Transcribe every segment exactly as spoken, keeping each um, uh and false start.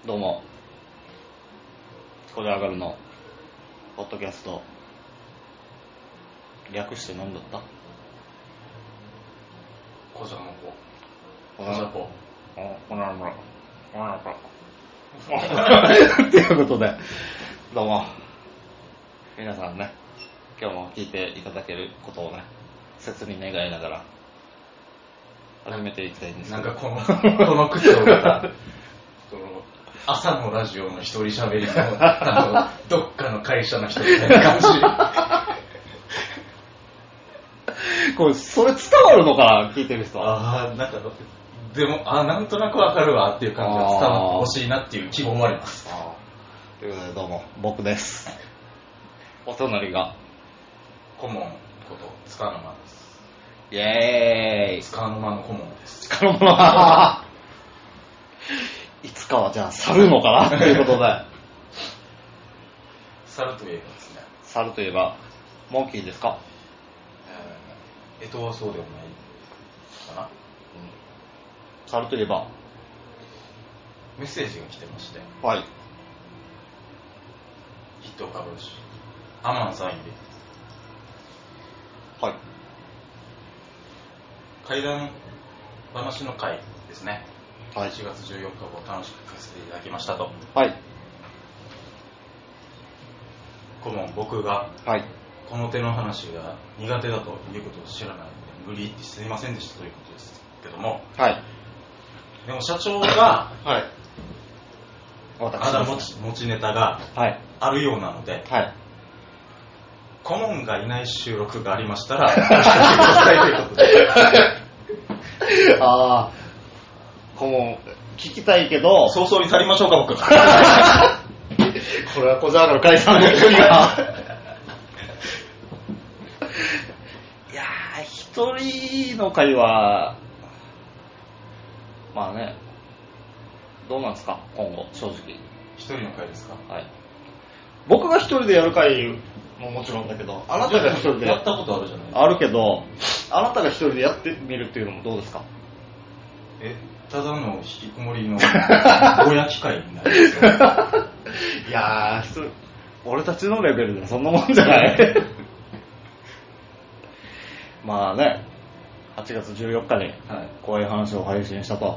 どうも、これ上がるのポッドキャスト、略して何だった？ こじゃの子。 ここじゃこ。 こならむら。こならむら。ということで、どうも、皆さんね、今日も聞いていただけることをね、切に願いながら、始めていきたいんですけど。 なんかこの、この口調が、この朝のラジオの一人喋りの、あの、どっかの会社の人みたいな感じ。 これ、それ伝わるのかな、聞いてる人は。 ああ、なんか、でも、あなんとなくわかるわっていう感じが伝わってほしいなっていう希望もあります。 あということで、どうも、僕です。お隣が、 顧問ことつかの間です。 イエーイ。 つかの間の顧問です。 つかの間。いつかはじゃあ去るのかなということで。 猿といえばですね。 猿といえば、モンキーですか？ えー、干支はそうではないかな。うん、 猿といえば、 メッセージが来てまして。 はい。 筆頭株主、アマンさんより。 はい。 怪談話の会ですね。 はい。 しがつじゅうよっかを楽しく聞かせていただきましたと。 はい。 顧問、僕が、 はい。 この手の話が苦手だということを知らないので、無理言ってすいませんでしたということですけども、 はい。 でも社長が、 はい。 まだ持ち、持ちネタがあるようなので、 はい。 顧問がいない収録がありましたら、聞かせてくださいということで。 ああ、顧問、聞きたいけど、 早々に去りましょうか、僕。 これは小沢の解散の距離が。いやー、一人の会は、まあね、どうなんですか、今後、正直。 一人の会ですか？ はい。僕が一人でやる会ももちろんだけど、あなたが一人でやったことあるじゃないですか。 あるけど、あなたが一人でやってみるっていうのもどうですか？ え、ただの引きこもりのぼや機会になりますよ。 いやー、人俺たちのレベルでそんなもんじゃないまあね、はちがつじゅうよっかに怖い話を配信したと。 はい。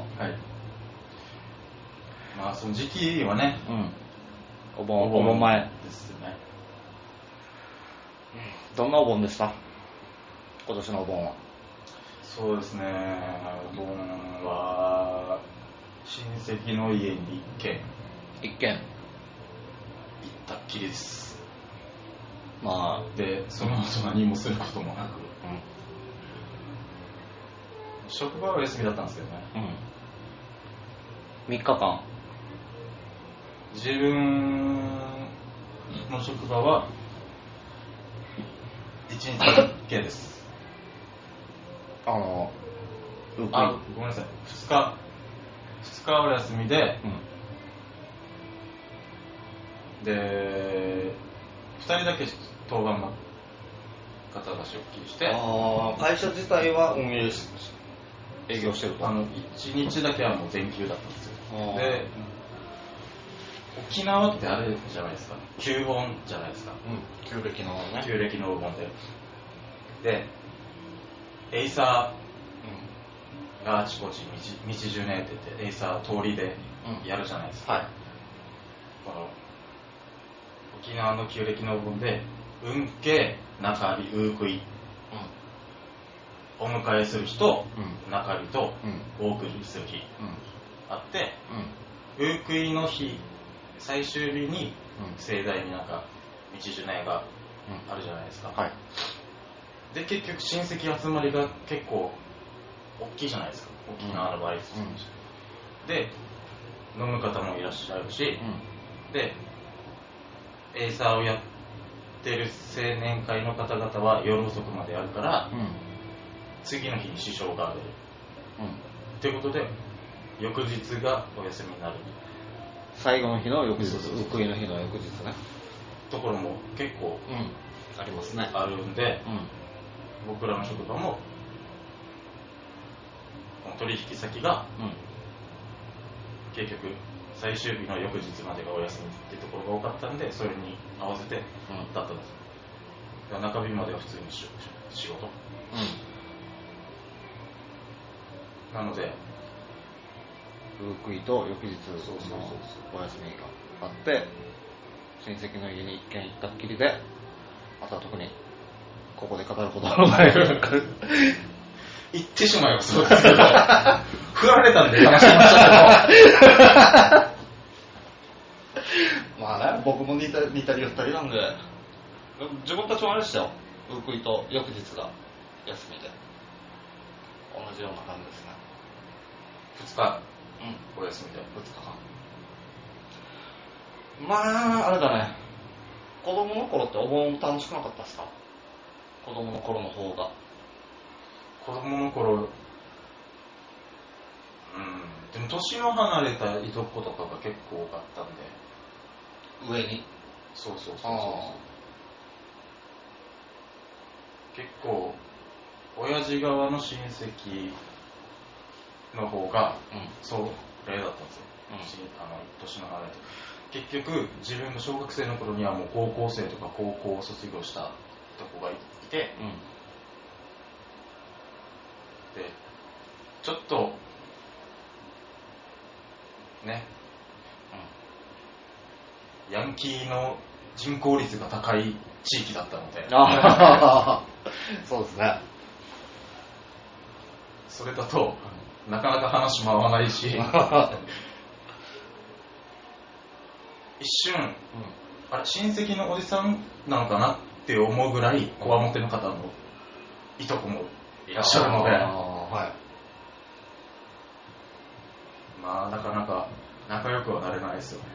まあその時期はね、 うん。お盆、お盆前ですよね。 どんなお盆でした？今年のお盆は。 そうですね、お盆は親戚の家に一軒一軒行ったっきりです。 まあで、その後何もすることもなく、 うん、 職場は休みだったんですけどね。 うん。みっかかん。 自分の職場はいちにちだけです。 あの、 あ、ごめんなさい。ふつか、ふつかお休みで、うん、で、ふたりだけ当番の方が出勤して、 あ会社自体は運営し営業してると。 あのいちにちだけはもう全休だったんですよ。で、沖縄ってあれじゃないですか、旧盆じゃないですか。 うん、旧暦のね。 旧暦のお盆で。で、エイサーがあちこち道、道中ねって言って、エイサー通りでやるじゃないですか。うん、はい。この沖縄の旧暦のお盆で、運慶、中日、ウークイ、うん、お迎えする日と、うん、中日と、うん、お送りする日、うん、あって、うん、ウークイの日、最終日に、うん、盛大になんか道ジュネがあるじゃないですか。うん、はい。で、結局親戚集まりが結構大きいじゃないですか、沖縄の場合、うん、で、飲む方もいらっしゃるし、うん、で、エイサーをやってる青年会の方々は夜遅くまでやるから、うん、次の日に支障が出る、うん、ということで翌日がお休みになる。 最後の日の翌日、ウクイの日の翌日ね。 ところも結構、うん、 ありますね。 あるんで、うん、僕らの職場も取引先が、うん、結局最終日の翌日までがお休みっていうところが多かったんで、それに合わせてだったんです、うん、中日までは普通に仕事、うん、なのでウークイと翌日のお休みがあって、親戚の家に一軒行ったっきりで、あとは特にここで語ることはない言ってしまえばそうですけど振られたんで話しましたけどまあね、僕も似た似たり寄ったりなんで、自分たちもあれでしたよ、ウークイと翌日が休みで同じような感じですね。 ふつか、うん、お休みでふつかかん。まああれだね、子供の頃ってお盆楽しくなかったですか？子供の頃の方が。 子供の頃、うん、でも年の離れたいとことかが結構多かったんで。 上に？ そうそうそうそうそう。結構親父側の親戚の方が、うん、そう例だったんですよ、うん、あの年の離れて。結局自分が小学生の頃にはもう高校生とか高校を卒業したとこがいて、うん、でちょっとね、うん、ヤンキーの人口率が高い地域だったのであそうですね。 それだとなかなか話回らないし一瞬、うん、あれ親戚のおじさんなのかなって思うぐらいこわもての方のいとこもいらっしゃるので、はい、まあなかなか仲良くはなれないですよね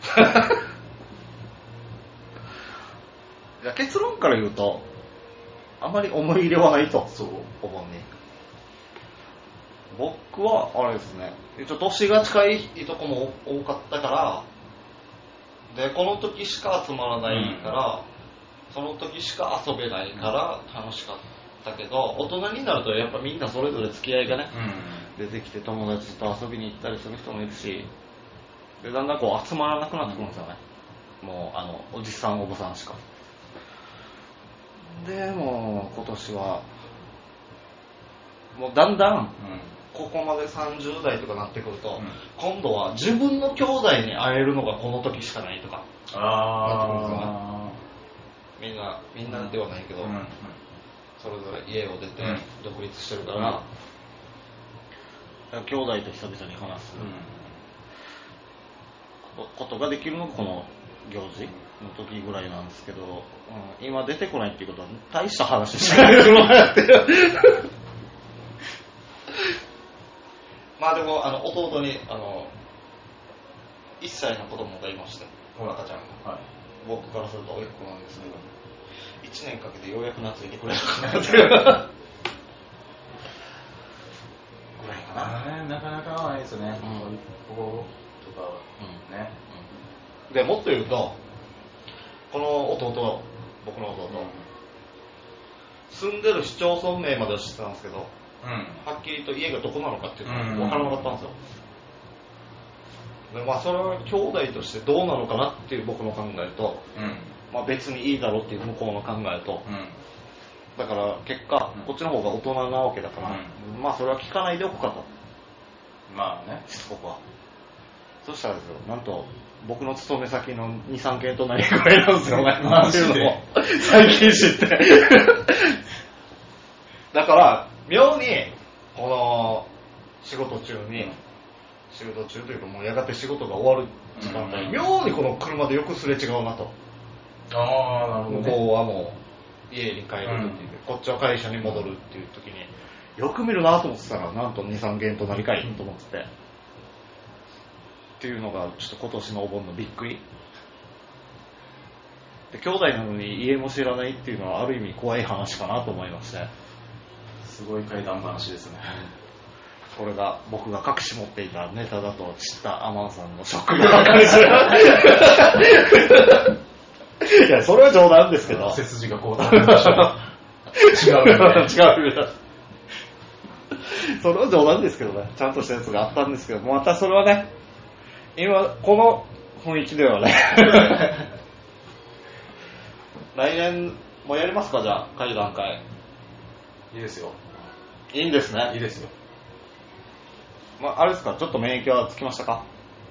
いや結論から言うとあまり思い入れはないと。そう思うね。僕はあれですね、一応年が近いいとこも多かったからで、この時しか集まらないから、うん、その時しか遊べないから楽しかったけど、大人になるとやっぱみんなそれぞれ付き合いがね、うん、出てきて友達と遊びに行ったりする人もいるし、でだんだんこう集まらなくなってくるんですよね、うん、もうあのおじさんおばさんしか。でも今年はもうだんだん、うんここまでさんじゅう代とかなってくると、うん、今度は自分の兄弟に会えるのがこの時しかないとかなってくるんですよね。みんなみんなではないけど、うん、それぞれ家を出て独立してるから、うん、兄弟と久々に話す、うん、ことができるのがこの行事の時ぐらいなんですけど、うん、今出てこないっていうことは大した話しないのやってるまあでもあの弟にあのいっさいの子供がいまして、赤ちゃんが、はい、僕からすると甥っ子なんですけど、いちねんかけてようやく懐いてくれるかなっていうぐらいかな。 なかなかないですね、甥っ子とかはね、 うん、でもっと言うとこの弟、僕の弟、うん、住んでる市町村名までは知ってたんですけど、うん、はっきりと家がどこなのかっていうのは分からなかったんですよ、うんでまあ、それは兄弟としてどうなのかなっていう僕の考えと、うんまあ、別にいいだろうっていう向こうの考えと、うん、だから結果、うん、こっちの方が大人なわけだから、うん、まあそれは聞かないでおくかと。 まあね、 しつこくは。そしたらですよ、なんと僕の勤め先のに、さんけんと何ぐらいなんですよね。 マジで最近知ってだから妙にこの仕事中に、うん、仕事中というかもうやがて仕事が終わる時間帯、うん、妙にこの車でよくすれ違うなと。 ああ、なるほど、ね、 向こうはもう家に帰る時に、うん、こっちは会社に戻るっていう時によく見るなと思ってたら、なんとに、さんけんとなりかいと思ってて、っていうのがちょっと今年のお盆のびっくりで、兄弟なのに家も知らないっていうのはある意味怖い話かなと思いまして。 すごい怪談話ですね。 これが僕が隠し持っていたネタだと知ったアマンさんのショックが分かるいやそれは冗談ですけど、 背筋がこうなりました違うね違うそれは冗談ですけどね、ちゃんとしたやつがあったんですけど、またそれはね今この雰囲気ではね来年もやりますか？じゃあ会談会。 いいですよ。 いいんですね。 いいですよ。 まあ、あれですか、ちょっと免疫はつきましたか？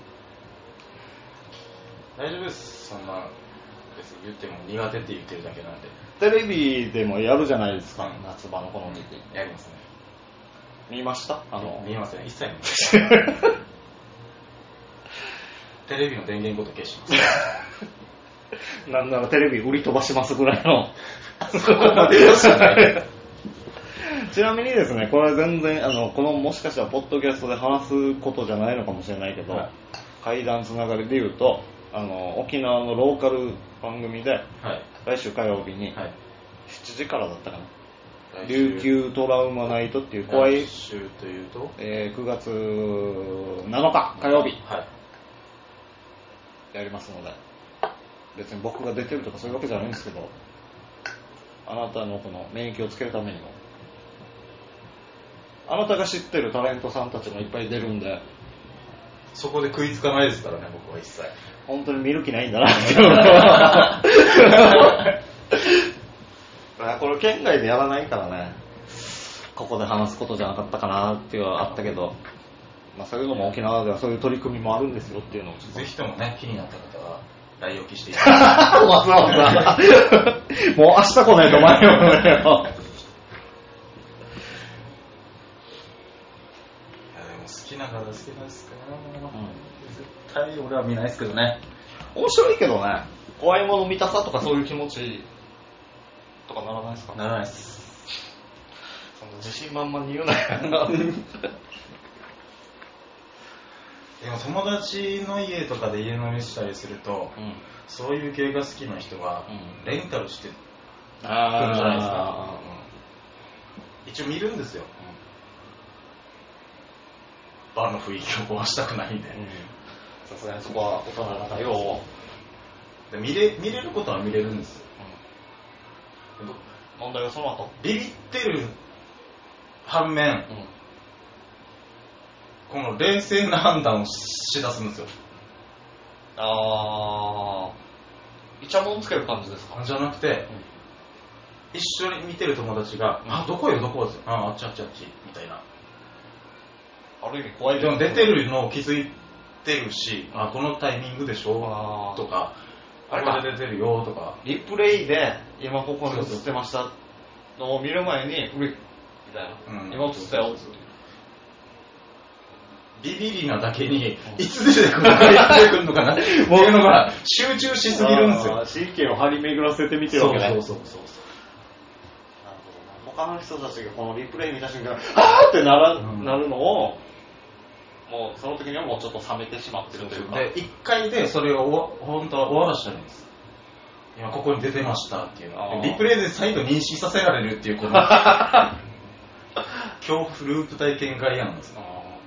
大丈夫です。そんな別に言っても苦手って言ってるだけなんで。 テレビでもやるじゃないですか、うん、夏場のこの時期。 やりますね。 見ました？あの見ません、一切見ません。テレビの電源ごと消します。 なんならテレビ売り飛ばしますぐらいのそこまでじゃない。 ちなみにですね、これは全然あのこのもしかしたらポッドキャストで話すことじゃないのかもしれないけど、はい、怪談つながりで言うとあの沖縄のローカル番組で、はい、来週火曜日に、はい、しちじからだったかな、琉球トラウマナイトっていう怖い来週というと、 えー、くがつなのか火曜日、はい、やりますので、別に僕が出てるとかそういうわけじゃないんですけど、あなたのこの免疫をつけるためにも、あなたが知ってるタレントさんたちもいっぱい出るんで、 そこで食いつかないですからね、僕は一切。 本当に見る気ないんだなっていうのはこれ県外でやらないからね、ここで話すことじゃなかったかなっていうのはあったけど、まあ、そういうのも沖縄ではそういう取り組みもあるんですよっていうのをぜひともね、気になった方は来沖していただきたい。 わざわざもう明日来ないと前よねよ。 好きな方好きですか、うん、絶対俺は見ないですけどね。 面白いけどね、怖いもの見たさとかそういう気持ちとかならないですか？ ならないです。 その自信満々に言うなよでも友達の家とかで家飲みしたりすると、うん、そういう系が好きな人は、うん、レンタルしてくるじゃないですか、うん、一応見るんですよ、バーの雰囲気を壊したくないんで、 さすがにそこは大人だからよで見れ、見れることは見れるんですよ、 うん、問題はその後ビビってる反面、うん、この冷静な判断をしだすんですよ。 あー、イチャモンつける感じですか？ じゃなくて、うん、一緒に見てる友達が、うん、あ、どこよどこですよ、あ、あっちあっちあっちみたいな、 ある意味怖いでも出てるのを気づいてるし、あ、このタイミングでしょとか、あれが出てるよとか、 リプレイで今ここに映ってましたのを見る前に、うりみたいな、うん、今映ったよって。 ビビリなだけに、いつ出てくるのか、いつ出てくるのかなっていうのが集中しすぎるんですよ。 神経を張り巡らせてみてるわけね。 そうそうそうそう。 なるほどな。他の人たちがこのリプレイ見た瞬間、はぁーってなら、うん、なるのを、もうその時にはもうちょっと冷めてしまってるというか。 で、一回でそれを本当は終わらせたいんです。今ここに出てましたっていうの。リプレイで再度認識させられるっていうこの恐怖ループ体験が嫌なんです。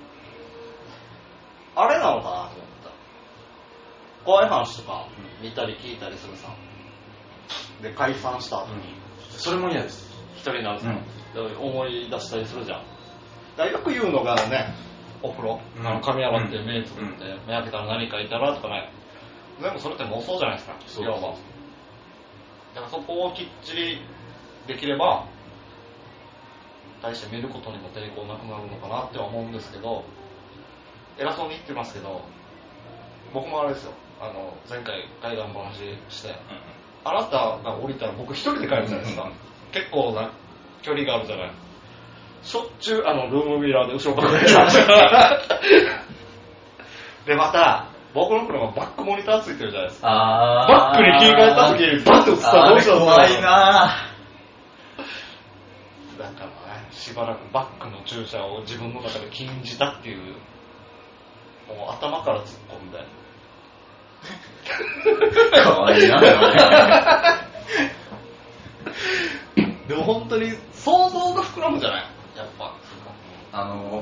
あれなのかなと思った。怖い話とか見たり聞いたりするさ。で解散した後に、うん、 それも嫌です。 一人になるさ、うん、思い出したりするじゃん。だからよく言うのがね、お風呂、うん、あの髪洗って目つぶって、うん、目開けたら何かいたらとかね、全部それって妄想じゃないですか。そうそうそう。だからそこをきっちりできれば、大して見ることにも抵抗なくなるのかなっては思うんですけど、偉そうに言ってますけど、僕もあれですよ、あの前回怪談話して、うん、あなたが降りたら僕一人で帰るじゃないですか、うん、結構な距離があるじゃない。しょっちゅうあのルームミラーで後ろから出てましたからでまた僕の車がバックモニターついてるじゃないですか。あバックに切り替えた時にバッと映ったらどうしたら怖いなだからね、しばらくバックの駐車を自分の中で禁じたっていう、もう頭から突っ込んでかわいいなでも本当に想像が膨らむじゃないやっぱ。 あの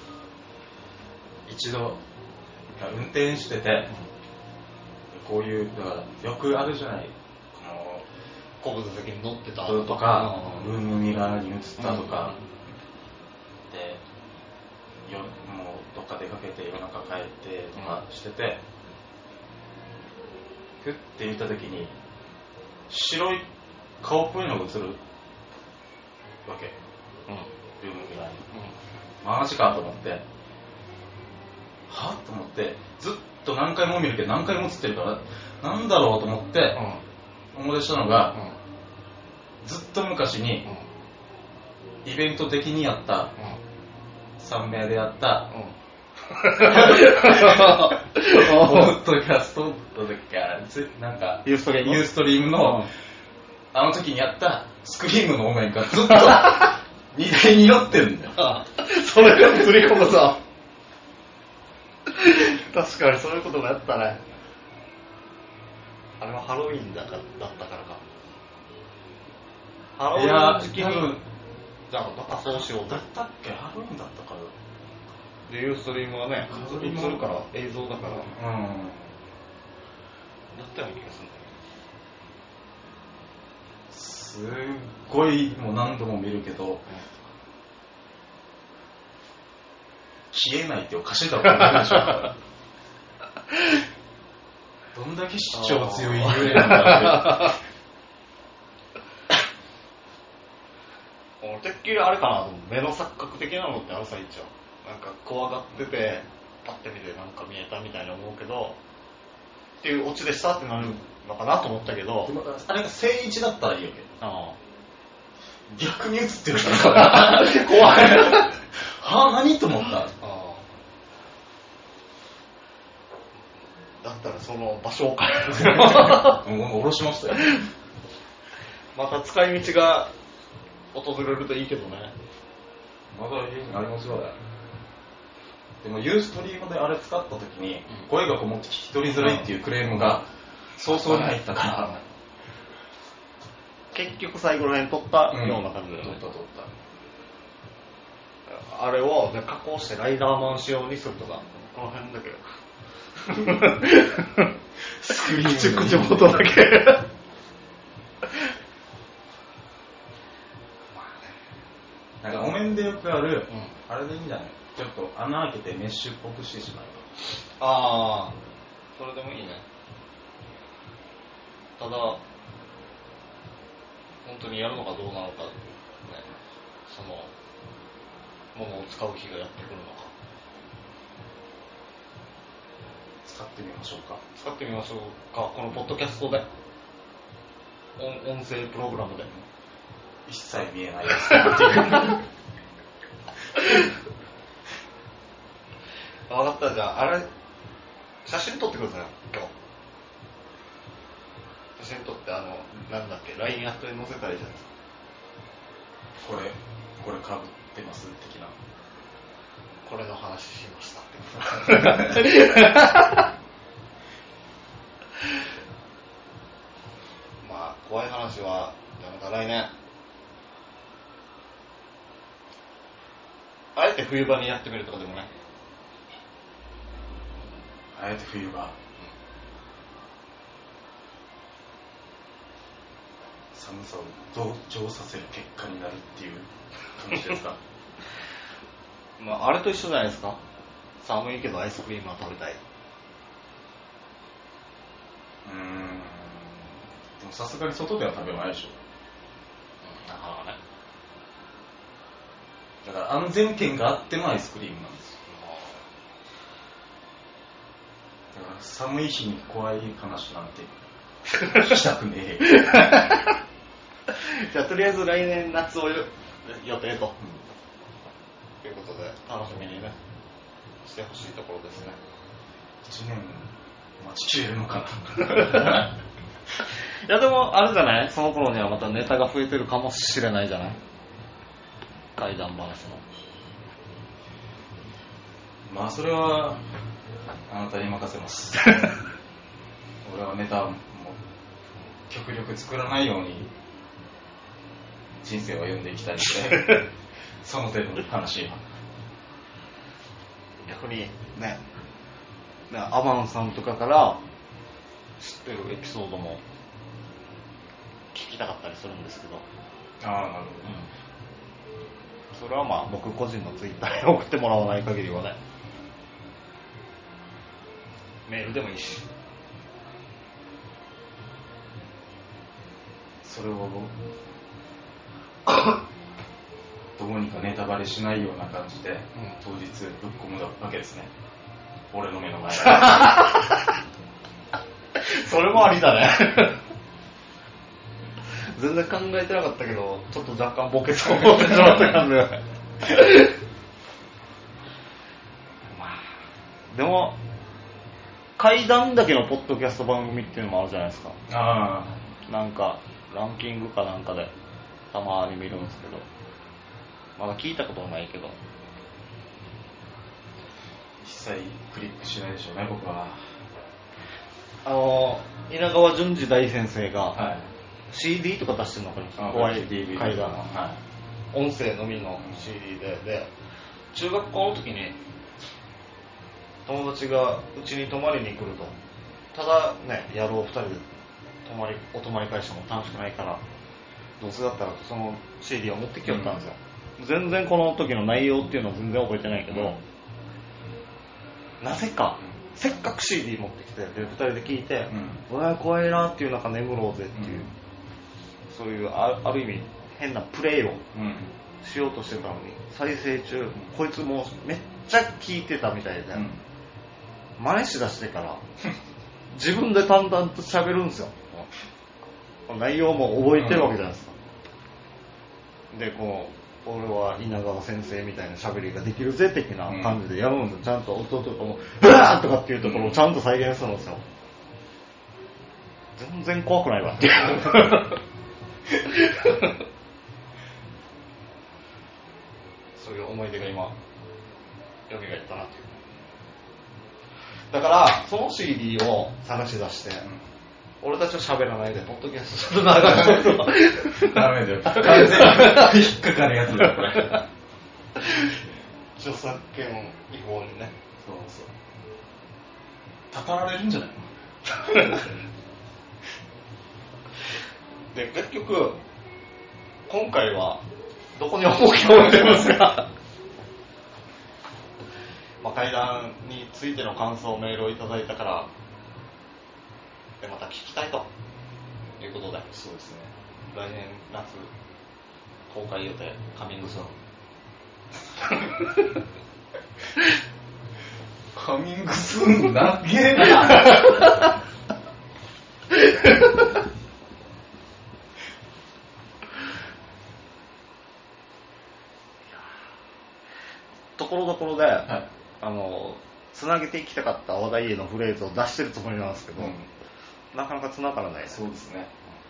一度運転してて、こういうだからよくあるじゃない、 この後部座席に乗ってたとか、ルームミラーに映ったとか、うん、でよもうどっか出かけけて夜中帰ってとかしてて、ふって言った時に白い顔っぽいのが映るわけ、うん、ルームぐらい、うん、マジかと思って、はと思ってずっと何回も見るけど何回も映ってるからなんだろうと思って思い出したのが、うん、ずっと昔にイベント的にやった、うん、さん名でやった、うんポッドキャストだっけなんかユーストリームユーストリームの、うん、あの時にやったスクリームの音源がずっと荷台に寄ってるんだよ。 それが釣り込むぞ。確かにそういうこともやったね。あれはハロウィンだかだったからか。ハロウィンの時期にじゃあまたそうしようだったっけハロウィンだったからでユーストリームはね、映るから映像だから、うん、やったような気がするんだよね。 すっごいもう何度も見るけど、うん、消えないっておかしいだろうねでしょどんだけ主張強い幽霊なんだっててっきりあれかなと思う。目の錯覚的なのってあるさ、一応なんか怖がっててパッて見てなんか見えたみたいに思うけどっていうオチでしたってなるのかなと思ったけど、 でもあれが正位置だったらいいよけど、 あ逆に映ってるから怖いはぁ何と思った。あだったらその場所を変える下ろしましたよまた使い道が訪れるといいけどね。 まだ家にありますよね。でもユーストリームであれ使った時に声がこもって聞き取りづらいっていうクレームが早々に入ったから、 結局最後らへん撮ったような感じだよね、うん、撮った撮ったあれを加工してライダーマン仕様にするとかこの辺だけスクリーン口口元だけなんかお面でよくある、うん、あれでいいんじゃない。ちょっと穴開けてメッシュっぽくしてしまえば。ああ、それでもいいね。ただ本当にやるのかどうなのかね、そのものを使う日がやってくるのか。 使ってみましょうか。 使ってみましょうか。このポッドキャストで音, 音声プログラムで一切見えないです分かった。じゃああれ写真撮ってください今日。写真撮ってあのなんだっけ ライン アットに載せたらいいじゃないですか。 これこれ被ってます的な。 これの話しましたってまあ怖い話はやめた来年あえて冬場にやってみるとかでもね。 あえて冬場、うん、寒さを同調させる結果になるっていう感じですかまああれと一緒じゃないですか。寒いけどアイスクリームは食べたい。 うーんでもさすがに外では食べないでしょ、 うん、だからね。 だから安全圏があってのアイスクリームなんですよ。だから寒い日に怖い話なんてしたくねえじゃあとりあえず来年夏を予定と、うん、ということで楽しみにねしてほしいところですね。 いちねん待ちきれるのかないやでもあれじゃない、その頃にはまたネタが増えてるかもしれないじゃない、怪談話の。 まあそれはあなたに任せます俺はネタも極力作らないように人生を歩んでいきたいのでその程度の話は逆にね、アマンさんとかから知ってるエピソードも聞きたかったりするんですけど。 ああなるほど、うん、 それはまあ僕個人のツイッターに送ってもらわない限りはね。 メールでもいいし、 それをどうにかネタバレしないような感じで、うん、当日ぶっ込むわけですね、俺の目の前でそれもありだね全然考えてなかったけど、ちょっと若干ボケそう思ってしまった感じでも怪談だけのポッドキャスト番組っていうのもあるじゃないですか。 ああ、なんかランキングかなんかでたまに見るんですけど、まだ聞いたことはないけど、 一切クリックしないでしょうね、僕は。 あの稲川淳二大先生が、はい、シーディー とか出してるのかな、怖い怪談、はい、音声のみの シーディー で、で中学校の時に友達がうちに泊まりに来ると、ただね、野郎ふたりで泊まりお泊まり会社も楽しくないから、どうせだったらその シーディー を持ってきよったんですよ、うん、全然この時の内容っていうのは全然覚えてないけど、うん、なぜか、うん、せっかく シーディー 持ってきてふたりで聞いて、うん、うわ怖いなっていう中眠ろうぜっていう、うん、そういうあ、ある意味変なプレイをしようとしてたのに、再生中、うん、こいつもうめっちゃ聞いてたみたいで、うん、真似しだしてから自分で淡々と喋るんですよ。内容も覚えてるわけじゃないですか、うん、でこう俺は稲川先生みたいな喋りができるぜ的な感じでやるんですよ、うん、ちゃんと弟とかもうわーとかっていうところをちゃんと再現するんですよ。全然怖くないわっていうそういう思い出が今蘇ったなっていう。だからその シーディー を探し出して、うん、俺たちは喋らないでポッドキャストで流してるとダメだよ、完全に引っかかるやつだよこれ著作権違法にね。 そうそう、たたられるんじゃないので結局今回はどこに重きを置いてますかまあ怪談についての感想メールをいただいたからでまた聞きたいということで、 そうですね、 来年夏公開予定カミングスーンカミングスーンだっけなところどころで、はい、あのつなげていきたかった話題へのフレーズを出してるつもりなんですけど、うん、なかなかつながらない、ね、 そうですね、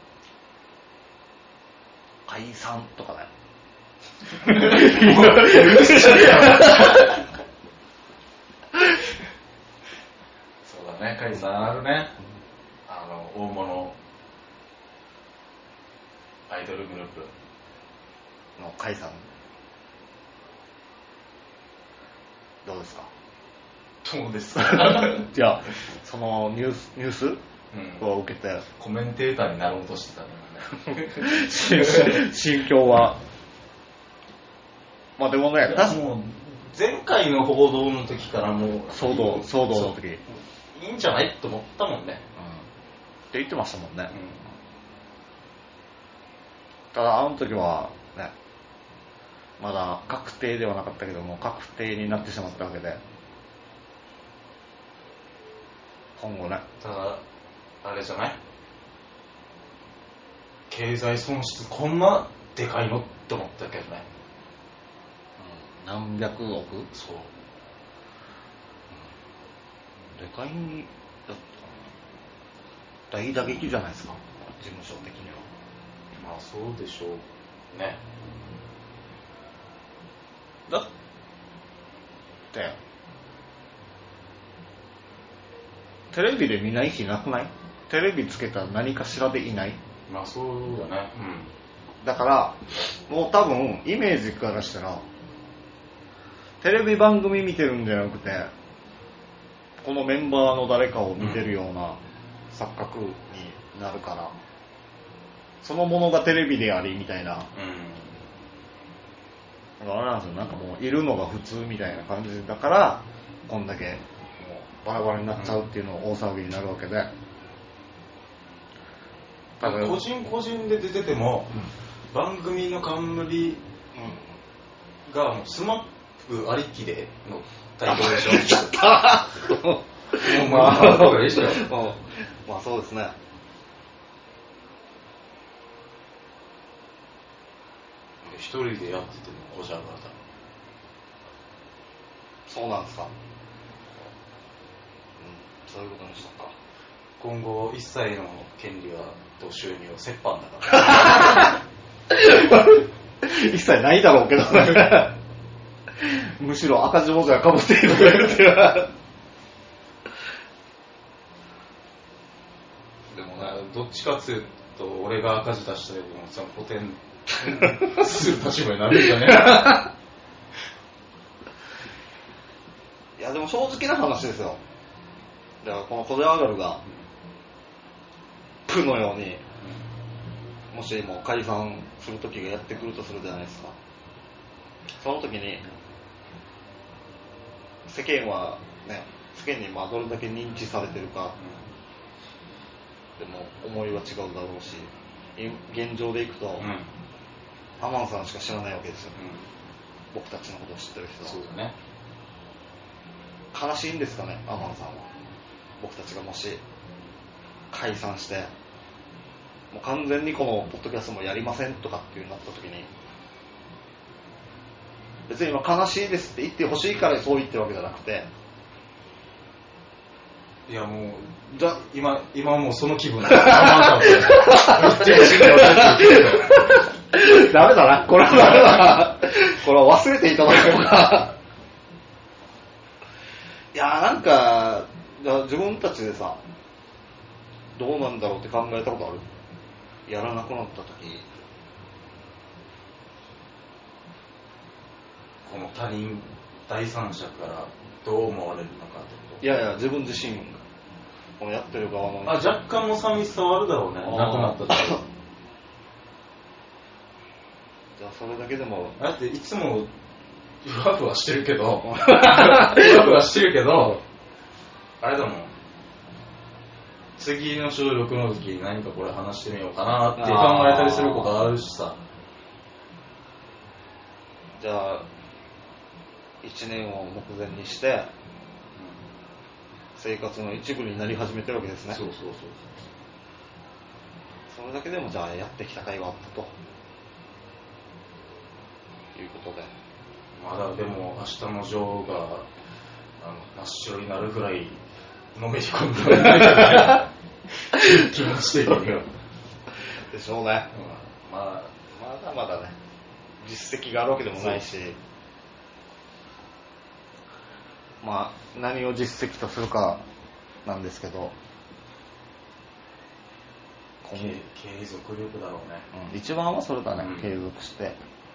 解散とかねそうだね、解散あるね、あの大物アイドルグループの解散どうですかどうですかいやそのニュースニュースを受けて、うん、 コメンテーターになろうとしてたのよね心境はまあでもね、 もう前回の報道の時からもう騒動騒動の時いいんじゃないと思ったもんね、うん、って言ってましたもんね、うん、ただあの時はねまだ確定ではなかったけども確定になってしまったわけで、今後ね、 ただあれじゃない、経済損失こんなでかいのって思ったけどね、 うん、何百億、 そう、 うん、でかいだった大打撃じゃないですか、事務所的には。 まあそうでしょうね。 だってテレビで見ない日なくない？テレビつけたら何かしらでいない？ まあそうだね、うん、 だからもう多分イメージからしたらテレビ番組見てるんじゃなくてこのメンバーの誰かを見てるような錯覚になるから、そのものがテレビでありみたいな、うん、だからあれなんですよ、なんかもういるのが普通みたいな感じだからこんだけもうバラバラになっちゃうっていうのを大騒ぎになるわけで、 個人個人で出てても、うん、番組の冠がもうスマップありきでのタイトルでしょ。もうまあそうがいいしょ。 まあそうですね。 一人でやっててもこじゃがらだ。 そうなんですか。うん、そういうことにしとくか。 今後一切の権利はと収入を折半だから一切ないだろうけどねむしろ赤字文字がかぶっているというてはでもね、どっちかっていうと俺が赤字出したよりもその補填する立場になるんじゃねいやでも正直な話ですよ。だからこのコジャーガルがプのようにもしもう解散する時がやってくるとするじゃないですか。その時に世間はね、世間にまあどれだけ認知されてるか、でも思いは違うだろうし、現状でいくと、うん、アマンさんしか知らないわけですよ、うん、僕たちのことを知ってる人は。 そうだね。 悲しいんですかね、アマンさんは。僕たちがもし解散してもう完全にこのポッドキャストもやりませんとかっていうなった時に、別に今悲しいですって言ってほしいからそう言ってるわけじゃなくて、 いやもうじゃ今今もうその気分だダメだな、これはダメだなこれは忘れていただこうかいやなんか自分たちでさどうなんだろうって考えたことある？やらなくなった時、 この他人第三者からどう思われるのかってこと。 いやいや自分自身このやってる側のあ若干も寂しさはあるだろうね、なくなった時じゃあそれだけでもだっていつもふわふわしてるけどふわふわしてるけどあれだもん、次の収録の時に何かこれ話してみようかなって考えたりすることあるしさ。 じゃあいちねんを目前にして、うん、生活の一部になり始めてるわけですね。 そうそうそうそう。 それだけでもじゃあやってきた甲斐はあったということで、 まだでも明日のジョーがあの真っ白になるぐらいのめり込んでないから気持ち的にはでしょうね、 うん、まあまだまだね実績があるわけでもないし、まあ何を実績とするかなんですけど、 継続力だろうね、 うん、一番はそれだね、 うん、 継続して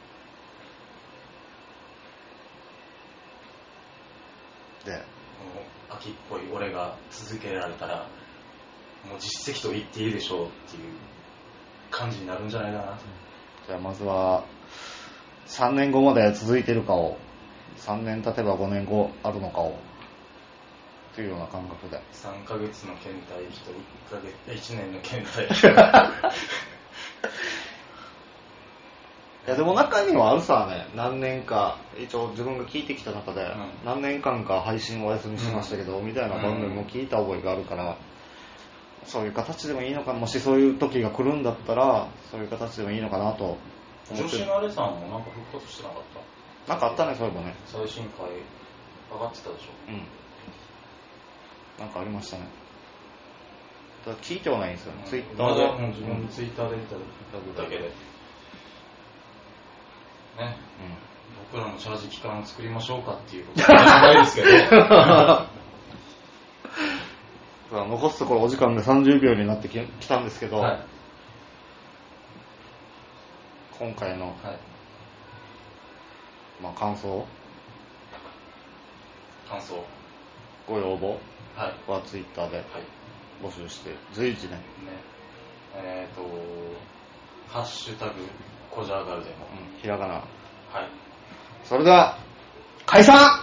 で秋っぽい俺が続けられたらもう実績と言っていいでしょうっていう感じになるんじゃないかな、うん、 じゃあまずはさんねんごまで続いてるかを、さんねん経てばごねんごあるのかをというような感覚で、 さんかげつの検体人いっかげついちねんの検体いやでも中にはあるさね、何年か一応自分が聞いてきた中で、うん、何年間か配信お休みしましたけど、うん、みたいな番組も聞いた覚えがあるから、うん、そういう形でもいいのか、もしそういう時が来るんだったらそういう形でもいいのかなと思って。 女子のあれさんもなんか復活してなかった？ なんかあったね、そういえばね。 最新回上がってたでしょ。 うん。なんかありましたね。ただ聞いてはないんですよね。 うん、 ツイッターで。 もう自分のツイッターで見ただけで。ね、うん、僕らのチャージ期間を作りましょうかっていうことじゃないですけど残すところお時間でさんじゅうびょうになってきたんですけど、はい、今回の、はい、まあ、感想感想ご要望はツイッターで募集して、はい、随時ね、ねえっ、ー、とハッシュタグコジャーガルでも、 うん、ひらがな、 はい、 それでは解散。